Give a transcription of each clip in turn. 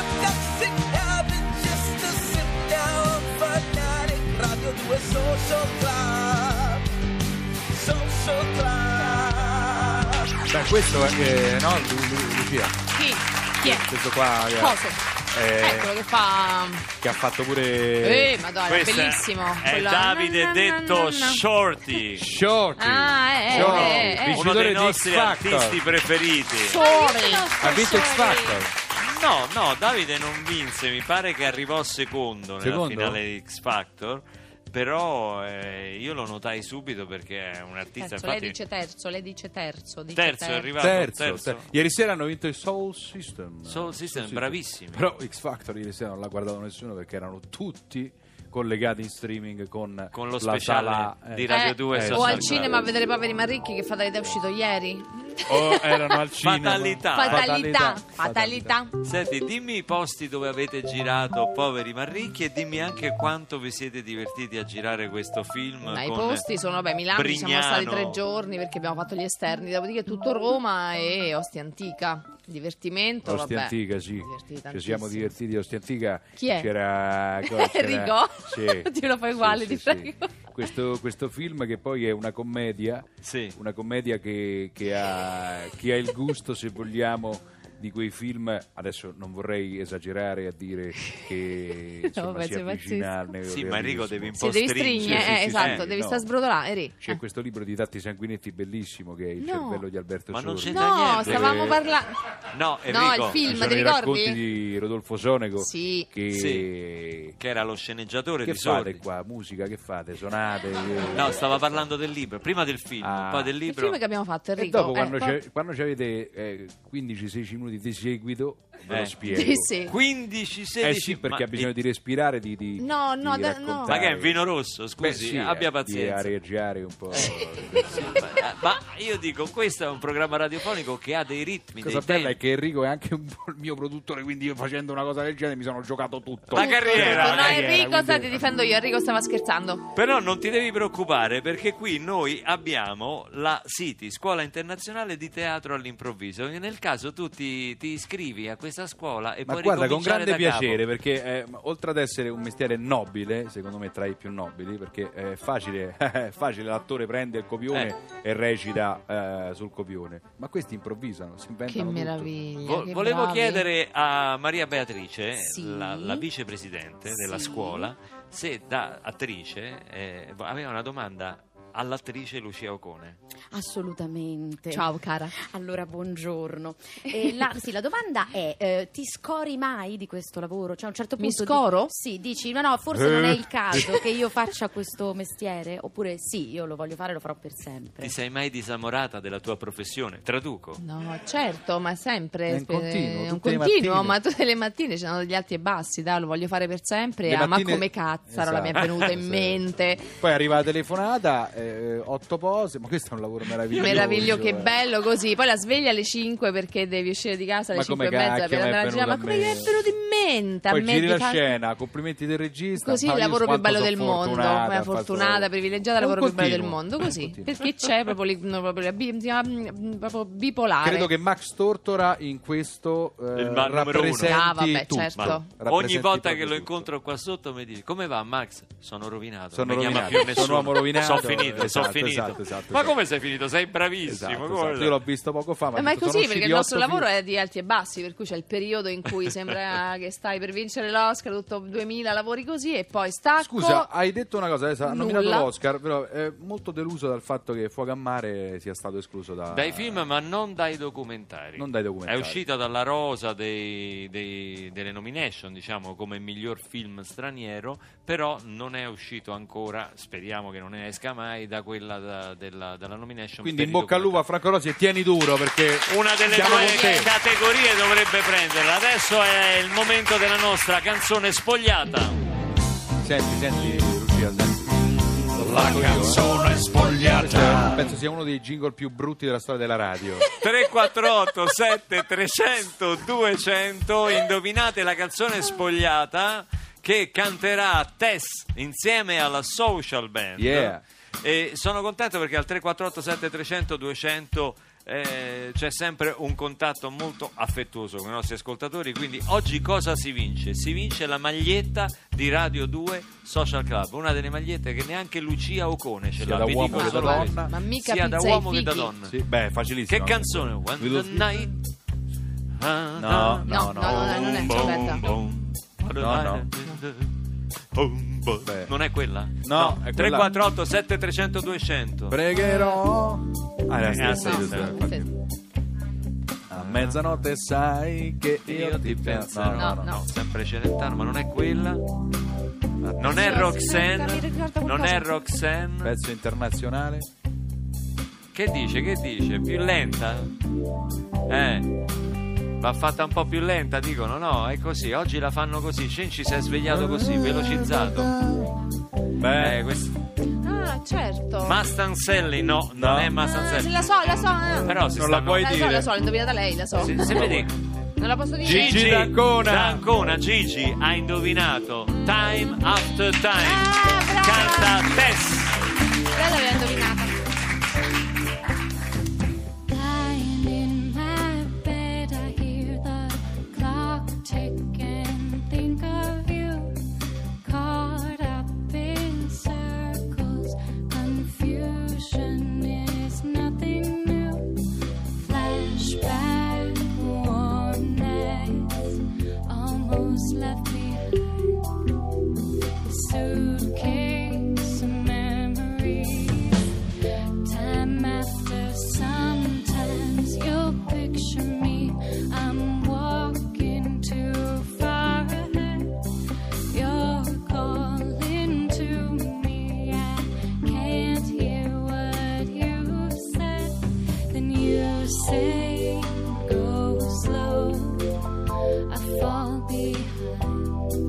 Fantastic habit just to sit down fanatic. Radio 2 Social Club. Social Club. Beh, questo è no, Lucia. Chi è? Questo qua Cosa? Eccolo che fa. che ha fatto pure Madonna, Questo bellissimo. è Quello- Davide detto Shorty, Shorty. Shorty. uno Vincitore dei di nostri X Factor. artisti preferiti. Sorry. Ha vinto X Factor. No, Davide non vinse, mi pare che arrivò secondo nella Secondo? finale di X Factor, però io lo notai subito perché è un artista, Terzo, lei infatti dice terzo, dice terzo è terzo. arrivato Terzo. Ieri sera hanno vinto il Soul System. Soul System, bravissimi. Però X Factor ieri sera non l'ha guardato nessuno perché erano tutti collegati in streaming con Con lo la speciale sala, di Radio 2 o Social al Club. cinema a vedere Poveri ma ricchi, che fatalità è uscito ieri. o erano al cinema. Fatalità. Senti, dimmi i posti dove avete girato Poveri ma ricchi e dimmi anche quanto vi siete divertiti a girare questo film. Ma i con posti sono, Milano, ci siamo stati Brignano. 3 giorni perché abbiamo fatto gli esterni, dopodiché tutto Roma e Ostia Antica. Divertimento, Ostia vabbè. Antica, sì. Divertiti Ci tantissimo. siamo divertiti a Ostia Antica. Chi è? C'era Enrico? Sì. Ti lo fai uguale, ti prego. Questo film che poi è una commedia, Sì. una commedia che ha il gusto, se vogliamo, di quei film. Adesso non vorrei esagerare a dire che insomma, vabbè, si sei avvicina al Sì, ma Enrico devi un Sì, po' devi stringere. stringere, sì, esatto, sì, devi no. stare sbrodolare. C'è questo libro di Tatti Sanguinetti bellissimo che è Il No. cervello di Alberto Ma non Sordi. c'entra No, niente. stavamo parlando. No, No, Enrico, il film, Ci sono ti i racconti ricordi? di Rodolfo Sonego Sì. che che era lo sceneggiatore che di fate Sordi. qua? Musica, che fate? Suonate? No, stava parlando del libro, prima del film, Ah. poi del Il libro. film che abbiamo fatto, E Enrico. dopo quando poi- ci avete 15-16 minuti di seguito ve lo spiego. Sì. 15-16. Sì, perché ma ha bisogno di respirare, di No, di no, no. raccontare. Ma che è vino rosso? Scusi, Beh, sì, abbia di pazienza. areggiare un po'. Ma io dico, questo è un programma radiofonico che ha dei ritmi, La cosa dei bella è tempi. che Enrico è anche un po' il mio produttore, quindi io facendo una cosa del genere mi sono giocato tutto. La carriera. No, carriera, Enrico, quindi- stai, ti difendo io. Enrico stava scherzando. Però non ti devi preoccupare, perché qui noi abbiamo la City, Scuola Internazionale di Teatro all'Improvviso, e nel caso tu ti iscrivi a questa scuola e Ma puoi guarda, con ricominciare grande da capo. piacere, perché oltre ad essere un mestiere nobile, secondo me tra i più nobili, perché è facile, facile l'attore prende il copione e recita sul copione, ma questi improvvisano, si inventano Che tutto. meraviglia. che Volevo bravi. chiedere a Maria Beatrice, Sì. la vicepresidente della Sì. scuola, se da attrice aveva una domanda all'attrice Lucia Ocone. Assolutamente. Ciao, cara. Allora, buongiorno. La domanda è: ti scori mai di questo lavoro? Cioè, a un certo Mi punto scoro? sì, dici, ma no, forse non è il caso che io faccia questo mestiere? Oppure sì, io lo voglio fare, lo farò per sempre. Ti sei mai disamorata della tua professione? Traduco. No, certo, ma sempre È un continuo, è un tutte le continuo, mattine. ma tutte le mattine ci sono degli alti e bassi, dai, lo voglio fare per sempre. Le Ma mattine- come cazzaro mi è venuta in Sì. mente. Poi arriva la telefonata, 8 pose, ma questo è un lavoro meraviglioso. Meraviglio, che eh. bello così. Poi la sveglia alle 5 perché devi uscire di casa alle Ma come 5 e mezza cacchio per mi è andare a girare. Ma venuto a come me? gli è venuto in mente? Poi a me giri di la fare- scena, complimenti del regista. Così ma il io lavoro più quanto bello sono del mondo, fortunata, come ha fatto- fortunata, privilegiata, il È un lavoro più bello del continuo, mondo, è un così. continuo. Perché c'è proprio bipolare. Credo che Max Tortora in questo Il numero uno. rappresenti Ah, vabbè, tutto. certo. Ma ogni Rappresenti volta proprio che lo tutto. incontro qua sotto mi dice: come va Max? Sono rovinato, Sono non mi chiama rovinato, più nessuno. sono uomo rovinato. Sono finito, sono Esatto, finito. esatto. Ma come sei finito? Sei bravissimo. Esatto, come- esatto. Io l'ho visto poco fa, Ma è detto, sono così perché usciti il nostro 8 lavoro film. è di alti e bassi, per cui c'è il periodo in cui sembra che stai per vincere l'Oscar, tutto 2000 lavori così e poi stacco. Scusa, hai detto una cosa, adesso ha nominato Nulla. l'Oscar, però è molto deluso dal fatto che Fuoco a Mare sia stato escluso Dai film, ma non dai documentari. Non dai documentari. È uscita dalla rosa delle nomination, diciamo, come miglior film straniero, però non è uscito ancora, speriamo che non ne esca mai, da quella della nomination. Quindi per in i bocca al lupo a Franco Rosi e tieni duro perché una delle siamo due con te. categorie dovrebbe prenderla. Adesso è il momento della nostra canzone spogliata. Senti Lucia, senti. La canzone spogliata. Penso sia uno dei jingle più brutti della storia della radio. 348 7300 200, indovinate la canzone spogliata che canterà Tess insieme alla Social Band. Yeah. E sono contento perché al 348 7300 200 c'è sempre un contatto molto affettuoso con i nostri ascoltatori, quindi oggi cosa si vince? Si vince la maglietta di Radio 2 Social Club, una delle magliette che neanche Lucia Ocone ce l'ha, da vi uomo dico che da solo donna. questo. Ma mica sia da pizza e uomo che da fichi. donna. Sì, beh, facilissimo. Che canzone? When the night... No, non è, aspetta. No. Beh. Non è quella? No, è quella. 348 7300 200. Pregherò. Ah, è la stessa, No, giusto. no, Infatti. A mezzanotte sai che Io ti penserò. No. Sempre Celentano, ma non è quella. Non è Sì, Roxanne. mi ricorda Non qualcosa. è Roxanne. Pezzo internazionale. Che dice? Più lenta? Va fatta un po' più lenta, dicono. No, è così. Oggi la fanno così. Cenci si è svegliato così, velocizzato. Beh, Ah, certo. Mustang Sally, no, non è Mustang Se Sally. la so. Però si Non la stanno... puoi La so, dire. la so, l'ho indovinata lei, la so. Se vedi... Non la posso dire? Gigi D'Ancona. Gigi ha indovinato Time After Time. Ah, brava. Canta Tess. Lei l'aveva indovinata. Lying in my bed, I hear the clock tick and think of you. Caught up in circles, confusion is nothing new. Flashback, warm nights, almost left behind. Suitcase of memories. Time after, sometimes you'll picture me. I'm walking too far ahead. You're calling to me. I can't hear what you said. Then you say, go slow. I fall behind.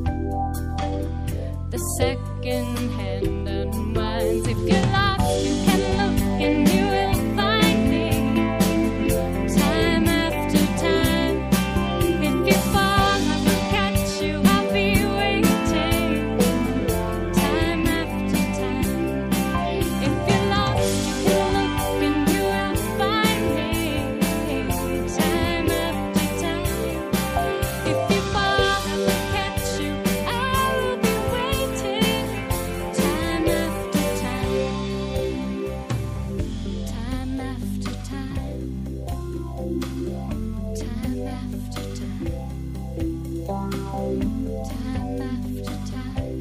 The second hand unwinds. If you're lost, you can look and you will find me. Time after time. If you fall, I will catch you. I'll be waiting. Time after time. If you're lost, you can look and you will find me. Time after time. If you fall, I will catch you. I will be waiting. Time after time. Time after time. Time after time. Time after time.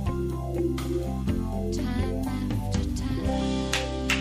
Time after time.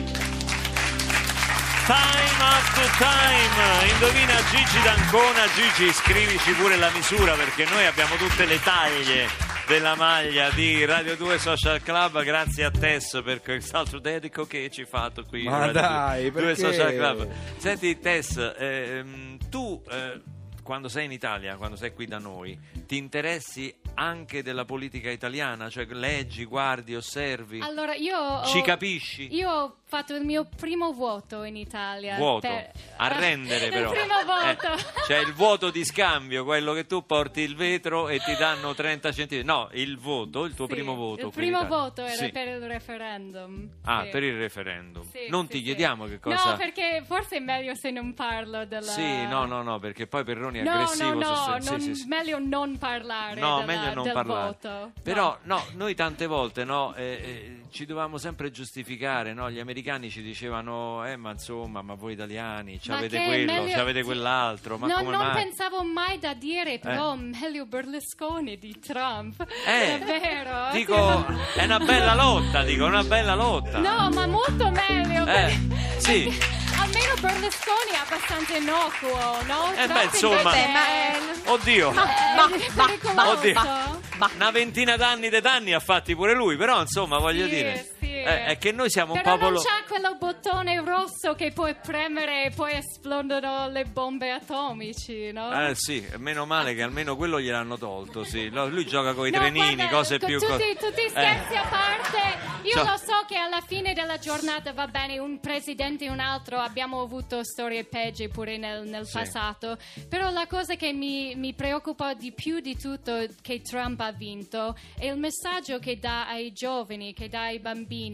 Time After Time. Indovina Gigi D'Ancona. Gigi, scrivici pure la misura, perché noi abbiamo tutte le taglie della maglia di Radio 2 Social Club. Grazie a Tess per quest'altro dedico che ci ha fatto qui. Ma Radio dai, 2 perché? Social Club. Senti Tess, tu quando sei in Italia, quando sei qui da noi, ti interessi anche della politica italiana? Cioè leggi, guardi, osservi? Allora, io Ci capisci? Io ho fatto il mio primo voto in Italia. Vuoto, a rendere però. Il primo voto. Cioè il voto di scambio, quello che tu porti il vetro e ti danno 30 centimetri. No, il voto, il tuo Sì, primo voto. Il qui in primo Italia. voto era Sì. per il referendum. Ah, Sì. per il referendum. Sì, Non sì, ti sì. chiediamo che cosa... No, perché forse è meglio se non parlo della... Sì, no, perché poi Perroni è No, aggressivo. no, sì, sì. meglio non parlare No, della- meglio non del parlare. voto. Però no, noi tante volte ci dovevamo sempre giustificare, no? Gli americani ci dicevano ma insomma, ma voi italiani Ma avete che quello, meglio- avete quell'altro, ma No, come non mai? pensavo mai da dire, però meglio Berlusconi di Trump. Eh, È vero? Dico, è una bella lotta, una bella lotta. No, ma molto meglio. Sì. Almeno Berlusconi è abbastanza innocuo, no? Trump insomma. invece Oddio. è pericoloso. Oddio. Una ventina d'anni di danni ha fatti pure lui, però insomma voglio Sì, dire sì. è che noi siamo Però un popolo... non c'è quello bottone rosso che puoi premere e poi esplodono le bombe atomici, no? Sì, meno male che almeno quello gliel'hanno tolto, sì. Lui gioca con i No, trenini, guarda, cose più... tutti scherzi a parte, io Cioè- lo so che alla fine della giornata va bene un presidente e un altro, abbiamo avuto storie peggio pure nel Sì. passato, però la cosa che mi preoccupa di più di tutto che Trump ha vinto è il messaggio che dà ai giovani, che dà ai bambini,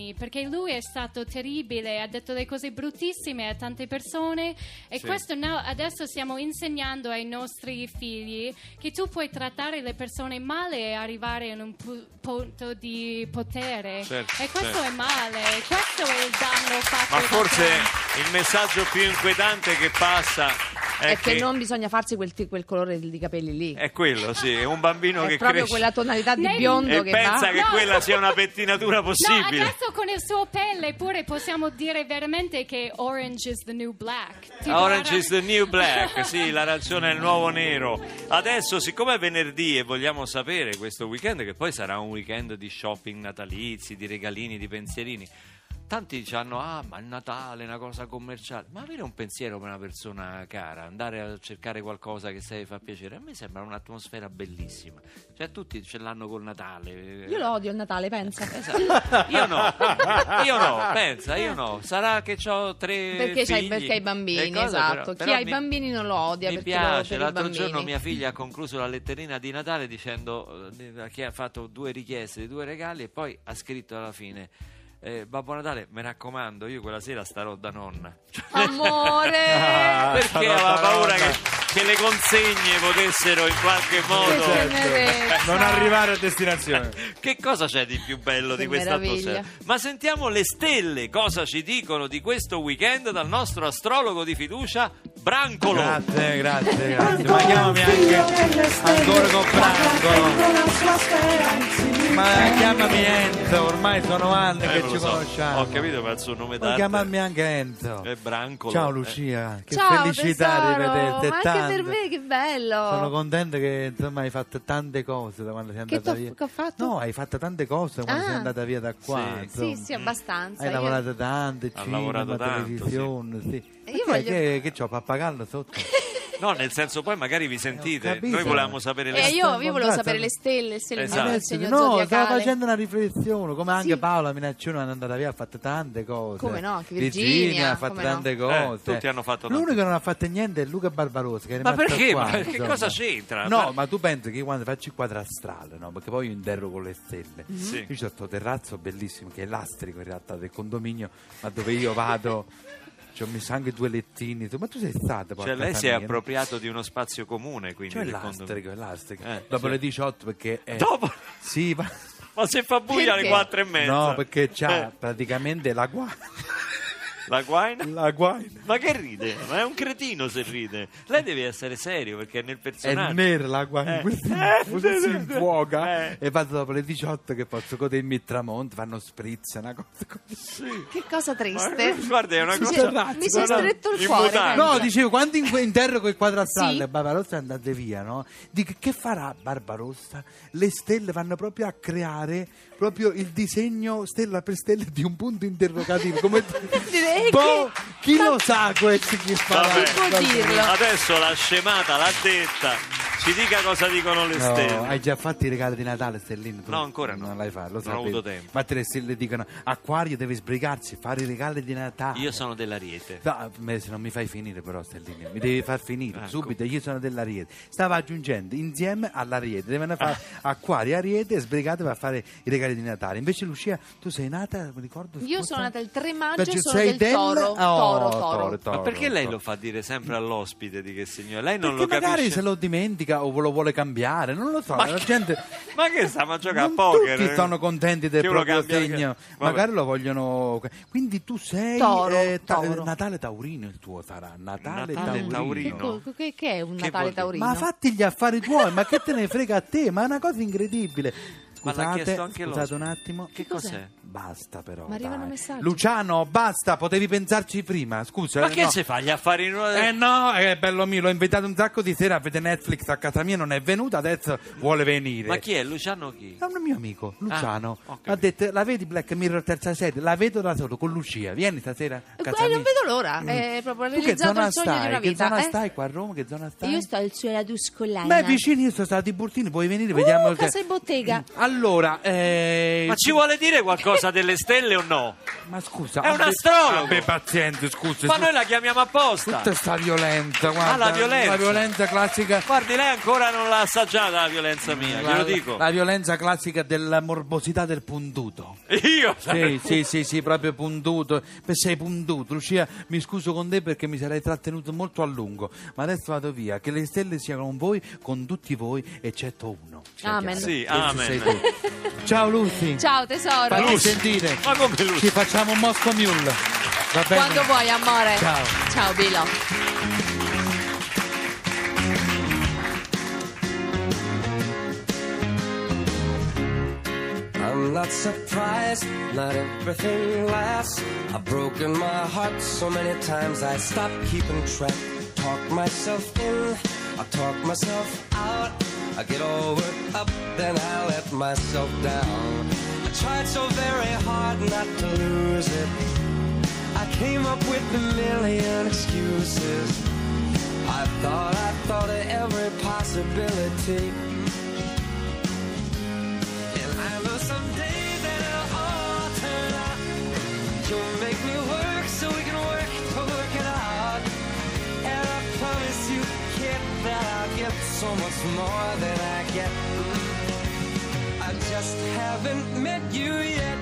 bambini, perché lui è stato terribile, ha detto delle cose bruttissime a tante persone e Sì. questo adesso stiamo insegnando ai nostri figli che tu puoi trattare le persone male e arrivare in un punto di potere, Certo, e questo certo. è male, questo è il danno fatto Ma da forse Trump. il messaggio più inquietante che passa È che non bisogna farsi quel colore di capelli lì. è quello, sì, è un bambino È che proprio cresce quella tonalità di Nel- biondo e che pensa va. che No. quella sia una pettinatura No, possibile. adesso con il suo pelle pure possiamo dire veramente che orange is the new black. Tipo Orange is the new black, sì, l'arancione è il nuovo nero. Adesso, siccome è venerdì e vogliamo sapere questo weekend, che poi sarà un weekend di shopping natalizi, di regalini, di pensierini, tanti dicono: ah, ma il Natale è una cosa commerciale. Ma avere un pensiero per una persona cara, andare a cercare qualcosa che sai fa piacere, a me sembra un'atmosfera bellissima. Cioè tutti ce l'hanno col Natale. Io lo odio il Natale, pensa. Esatto. Io no, pensa, io no. Sarà che ho 3 Perché figli hai bambini, e cosa, esatto. però Chi ha i mi- bambini non lo odia mi perché piace. per i L'altro bambini. giorno mia figlia ha concluso la letterina di Natale dicendo che ha fatto 2 richieste di 2 regali e poi ha scritto alla fine: Babbo Natale, mi raccomando, io quella sera starò da nonna. Amore! Perché aveva paura che le consegne potessero in qualche Che modo. tenerezza. Non arrivare a destinazione. Che cosa c'è di più bello Che di questa meraviglia. atmosfera? Ma sentiamo le stelle, cosa ci dicono di questo weekend dal nostro astrologo di fiducia, Brancolo. Grazie. Ma chiamami anche ancora con Brancolo. Ma chiamami Enzo, ormai sono anni che lo ci so. conosciamo. Ho capito, ma il suo nome Puoi d'arte chiamarmi anche Enzo. è Brancolo. Ciao Lucia, che Ciao, felicità tesoro. di vederti. Ma anche per me, che bello. Sono contento che insomma hai fatto tante cose da quando sei Che andata t'ho- via. che ho fatto? No, hai fatto tante cose quando Ah. sei andata via da qua. Sì. insomma. Sì, abbastanza. Hai Io- lavorato tanto, Ha cinema, lavorato tanto, televisione, sì. Io Perché, voglio- che c'ho, pappagallo sotto? No, nel senso, poi magari vi sentite. capito. Noi volevamo sapere le io volevo Contratto. sapere le stelle, se Esatto. il segno No, stavo zodiacale. facendo una riflessione, come anche Sì. Paola Minaccione è andata via, ha fatto tante cose. Come no, anche Virginia, ha fatto come no. tante cose. tutti hanno fatto tante L'unico che non ha fatto niente è Luca Barbarossa, che è Ma rimasto perché? qua, Ma che insomma. cosa c'entra? No, ma tu pensi che io quando faccio il quadro astrale, no? Perché poi io interrogo le stelle. Sì. Io c'ho questo terrazzo bellissimo che è l'astrico in realtà del condominio, ma dove io vado ci ho messo anche 2 lettini. Ma tu sei stata poi Cioè a lei casa si è mia, no? appropriato di uno spazio comune, quindi Cioè del l'astrico, è l'astrico. sì. Dopo le 18 perché Dopo? Sì, ma... Ma se fa buio alle Perché? 4:30. No, perché c'ha Eh, praticamente la guaina. la guaina? La guaina. Ma che ride? Ma è un cretino se ride. Lei deve essere serio perché è nel È personaggio. nera la guaina, questo si infuoca e vado dopo le 18 che posso godermi il tramonto, fanno spritz, una cosa così. Che cosa triste. Guarda, è una Mi cosa. mi si è Guarda, stretto il in cuore. mutande. No, pensa. dicevo, quando interrogo il quadro astrale, Sì. Barbarossa è andata via, no? Dico, che farà Barbarossa? Le stelle vanno proprio a creare proprio il disegno stella per stella di un punto interrogativo. Come Direi boh, che- chi lo sa questo chi farà? Vabbè. Chi può dirlo? Adesso la scemata l'ha detta. Ci dica cosa dicono le No, stelle. hai già fatto i regali di Natale, Stellino? Tu? No, ancora no. Non l'hai fatto, lo Non ho sapevi. avuto tempo. Ma te le stelle dicono, Acquario deve sbrigarsi, fare i regali di Natale. Io sono dell'Ariete. No, se non mi fai finire però, Stellino, mi devi far finire Ecco. subito. Io sono dell'Ariete. Stava aggiungendo insieme all'Ariete, devono fare Acquario, Ariete e sbrigate per fare i regali di Natale. Invece Lucia, tu sei nata, mi ricordo. Io scusa? sono nata il 3 maggio, Perché sono sei del Toro. Oh, Toro. Ma perché lei lo fa dire sempre all'ospite di che signore? Lei non Perché lo magari capisce. se lo dimentica o lo vuole cambiare, non lo so. Ma La che- gente. Ma che stiamo a giocare a Non poker? tutti sono contenti del Che uno proprio cambia- segno, Vabbè. magari lo vogliono. Quindi tu sei Toro, Toro. Natale taurino il tuo sarà. Natale, Natale taurino. taurino. Che è un Che Natale vuol dire? taurino? Ma fatti gli affari tuoi, ma che te ne frega a te? Ma è una cosa incredibile. Ma l'ha chiesto Scusate, anche scusate l'ospite. un attimo. Che cos'è? Basta però. Ma arrivano dai. messaggi. Luciano, basta, potevi pensarci prima. Scusa. Ma che no. si fa gli affari in una... No, bello mio, l'ho invitato un sacco di sera a vedere Netflix a casa mia, non è venuto, adesso vuole venire. Ma chi è? Luciano chi? È un mio amico, Luciano. ho capito. Ha detto, la vedi Black Mirror terza serie? La vedo da solo con Lucia. Vieni stasera a casa non mia. vedo l'ora. È proprio Tu che realizzato zona il sogno di stai? una Che vita. zona eh? stai qua a Roma? Che zona stai? Io sto al Suela Tuscolana. Beh, vicino, io sono stato a Tiburtino, puoi venire, vediamo. Casa e bottega. Allora, Ma ci vuole dire qualcosa delle stelle o no? ma scusa, È un astrologo. Vabbè, paziente, scusa. Ma noi la chiamiamo apposta. Tutta sta violenza, guarda. la violenza. La violenza classica. Guardi, lei ancora non l'ha assaggiata la violenza mia, glielo dico. La violenza classica della morbosità del puntuto. Io? Sì, proprio puntuto. Sei puntuto, Lucia, mi scuso con te perché mi sarei trattenuto molto a lungo, ma adesso vado via, che le stelle siano con voi, con tutti voi, eccetto uno. Amen. Sì, Questo amen. sei tu. Ciao Lucy. Ciao tesoro. Fatti sentire. Ma come lui? Ci facciamo un Moscow Mule. Va bene? Quando vuoi, amore. Ciao. Ciao, Bilo. I'm not surprised, not everything lasts. I've broken my heart so many times I stopped keeping track. Talk myself in, I talk myself out. I get all worked up, then I let myself down. I tried so very hard not to lose it. I came up with a million excuses. I thought of every possibility. And I know someday that it'll all turn out. You'll make me work so we can work to work it out. And I promise you, kid, that I'll get so much more than I get. I just haven't met you yet.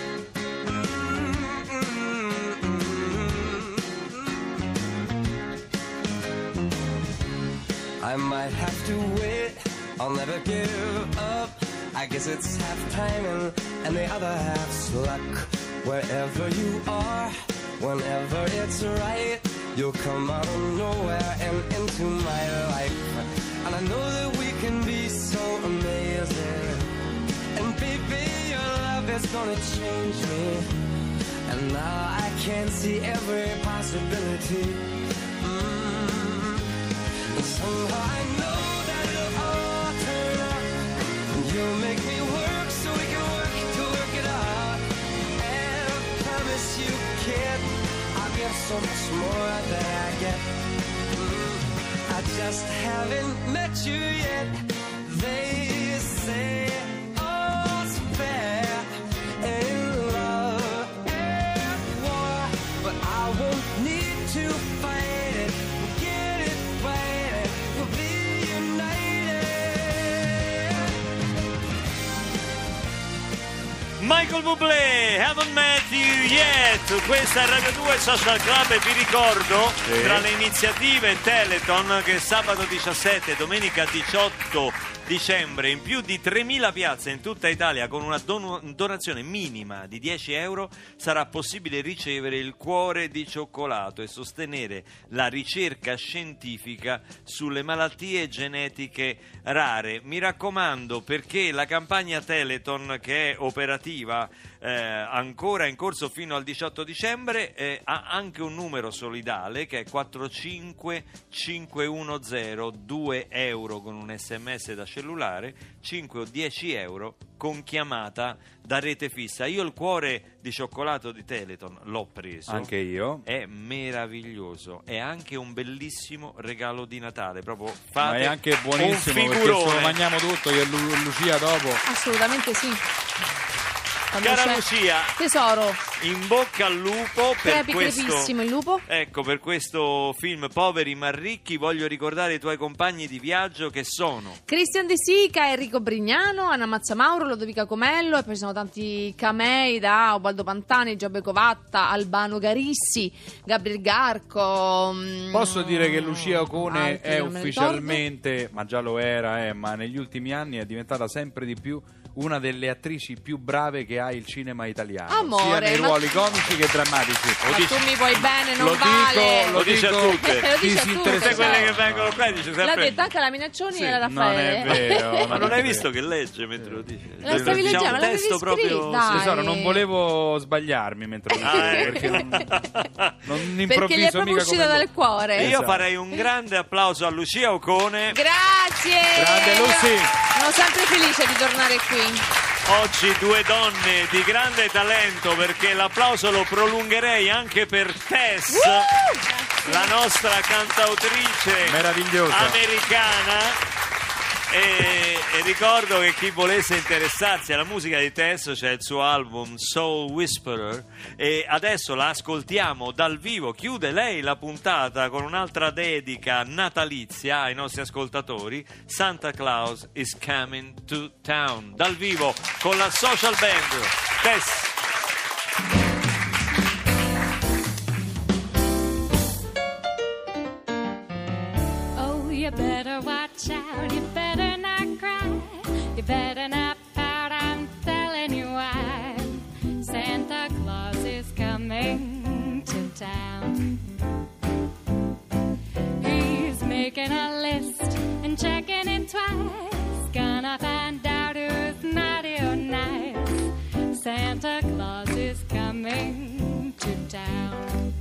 I might have to wait, I'll never give up. I guess it's half timing and the other half's luck. Wherever you are, whenever it's right, you'll come out of nowhere and into my life. And I know that we can be so amazing. And baby, your love is gonna change me. And now I can see every possibility. And somehow I know that it'll all turn out. You'll make me work so we can work to work it out. And I promise you, kid, I'll give so much more than I get. I just haven't met you yet. They say all's fair in love and war, but I won't need to fight it. We'll get it right. We'll be united. Michael Bublé, Haven't Met You Yet. Questa è Radio 2 Social Club e vi ricordo tra le iniziative Teleton che sabato 17 e domenica 18 dicembre in più di 3.000 piazze in tutta Italia con una donazione minima di 10 euro sarà possibile ricevere il cuore di cioccolato e sostenere la ricerca scientifica sulle malattie genetiche rare. Mi raccomando, perché la campagna Teleton, che è operativa ancora in corso fino al 18 dicembre, ha anche un numero solidale che è 45510, 2 euro con un sms da cellulare, 5 o 10 euro con chiamata da rete fissa. Io il cuore di cioccolato di Teleton l'ho preso, Anche io. è meraviglioso, è anche un bellissimo regalo di Natale, proprio Ma fate è anche buonissimo un perché figurone. se lo mangiamo tutto io e Lucia dopo. Assolutamente sì. Quando Cara c'è- Lucia, Tesoro, in bocca al lupo per questo. crepissimo il lupo. Ecco, per questo film Poveri ma ricchi voglio ricordare i tuoi compagni di viaggio che sono Christian De Sica, Enrico Brignano, Anna Mazzamauro, Lodovica Comello, e poi ci sono tanti camei da Ubaldo Pantani, Giobbe Covatta, Albano Garissi, Gabriel Garco. Posso dire che Lucia Ocone altri è non me ne ufficialmente, ma già lo era, ma negli ultimi anni è diventata sempre di più una delle attrici più brave che ha il cinema italiano, Amore, sia nei ma- ruoli comici che drammatici. Ma tu mi vuoi bene, non lo vale. dico, Lo dice a tutte. Lo dice a tutte. tutte quelle che vengono qua e dice L'ha sempre detto anche la Minaccioni Sì, e la non Raffaele. è vero. ma non hai visto che legge mentre lo dice? La stavi C'ha leggendo, un l'avevi testo proprio scritto, dai. Tesoro, non volevo sbagliarmi mentre lo dicevo, perché non Perché gli è improvviso proprio mica uscita come dal cuore. E io Esatto. farei un grande applauso a Lucia Ocone. Grazie. Grande Lucy. Sono sempre felice di tornare qui. Oggi due donne di grande talento, perché l'applauso lo prolungherei anche per Tess, la nostra cantautrice meravigliosa. americana. E ricordo che chi volesse interessarsi alla musica di Tess c'è il suo album Soul Whisperer e adesso la ascoltiamo dal vivo. Chiude lei la puntata con un'altra dedica natalizia ai nostri ascoltatori. Santa Claus is coming to town, dal vivo con la Social Band. Tess. Oh, you better watch out, you better not cry, you better not pout, I'm telling you why. Santa Claus is coming to town. He's making a list and checking it twice, gonna find out who's naughty or nice. Santa Claus is coming to town.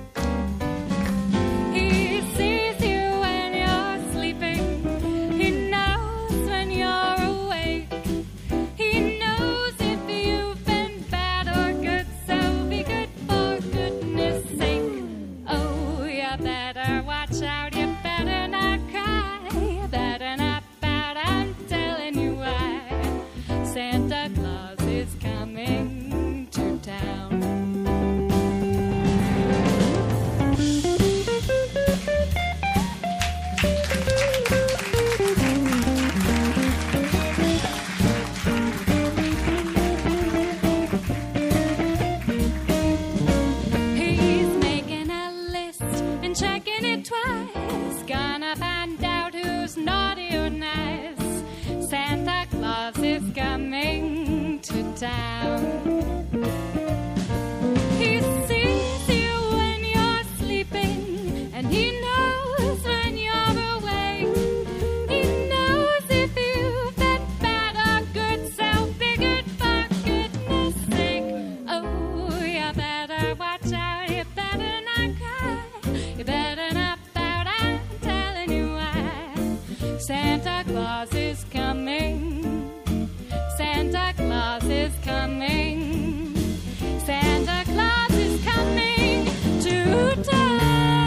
He sees you when you're sleeping. He knows when you're awake. He knows if you've been bad or good, so be good for goodness sake. Oh, you better watch out, you better not cry, you better not pout, I'm telling you why. Santa Claus is coming to town. He's making a list and checking it twice, gonna find out who's naughty or nice. Santa Claus is coming to town. He sees you when you're sleeping, and he knows when you're awake. He knows if you've been bad or good, so be good for goodness sake. Oh, you better watch out, you better not cry, you better not pout, I'm telling you why. Santa Claus is coming. Santa Claus is coming. Santa Claus is coming to town.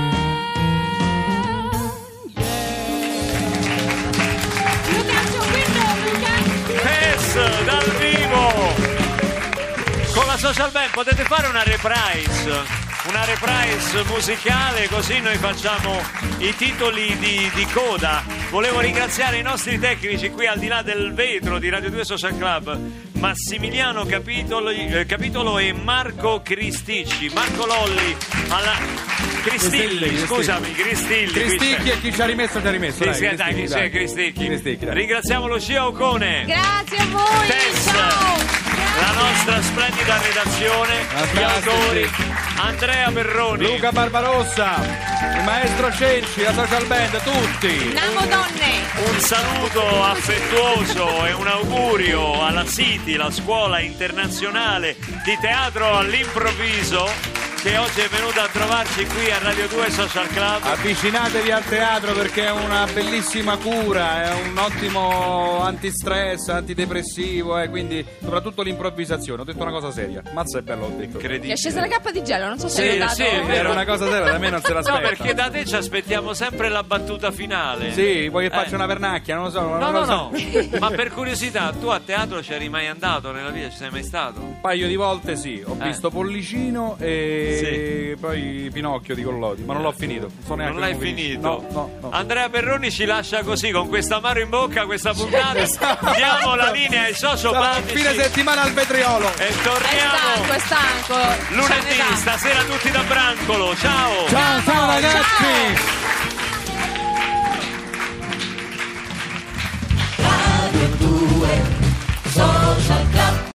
Yeah. Look out your window, Luca. Tess dal vivo con la Social Band. Potete fare una reprise musicale, così noi facciamo i titoli di coda. Volevo ringraziare i nostri tecnici qui al di là del vetro di Radio 2 Social Club, Massimiliano Capitolo e Marco Cristicci, Marco Lolli Cristilli, scusami, Cristilli. Cristicchi e chi ci ha rimesso Dai, dai. Cristicchi. Ringraziamo Lucia Ocone. Grazie a voi. Tess, Ciao. la nostra splendida redazione, gli autori Andrea Perroni, Luca Barbarossa, il maestro Cenci, la Social Band, tutti. Namo donne. un saluto affettuoso e un augurio alla City, la scuola internazionale di teatro all'improvviso, che oggi è venuta a trovarci qui a Radio 2 Social Club. Avvicinatevi al teatro perché è una bellissima cura, è un ottimo antistress, antidepressivo, quindi soprattutto l'improvvisazione. Ho detto una cosa seria, mazza è bello, ho detto. È scesa la cappa di gelo, non so se Sì, l'hai dato. sì, è vero. Era una cosa seria, da me non se No, l'aspetta. perché da te ci aspettiamo sempre la battuta finale. Sì, vuoi che faccia una vernacchia, non lo so. No. Ma per curiosità, tu a teatro ci eri mai andato nella vita? Ci sei mai stato? Un paio di volte sì, ho visto Pollicino e Sì. poi Pinocchio di Collodi, ma non l'ho finito. Non so neanche Non l'hai come finisce. finito? No. Andrea Perroni ci lascia così, con questo amaro in bocca, questa puntata. Esatto. Diamo la linea ai Sarà un sociopatici fine settimana al vetriolo. e È torniamo stanco. lunedì, Ce ne dà. stasera tutti da Brancolo. Ciao! Ciao ragazzi. Radio 2 Social Club.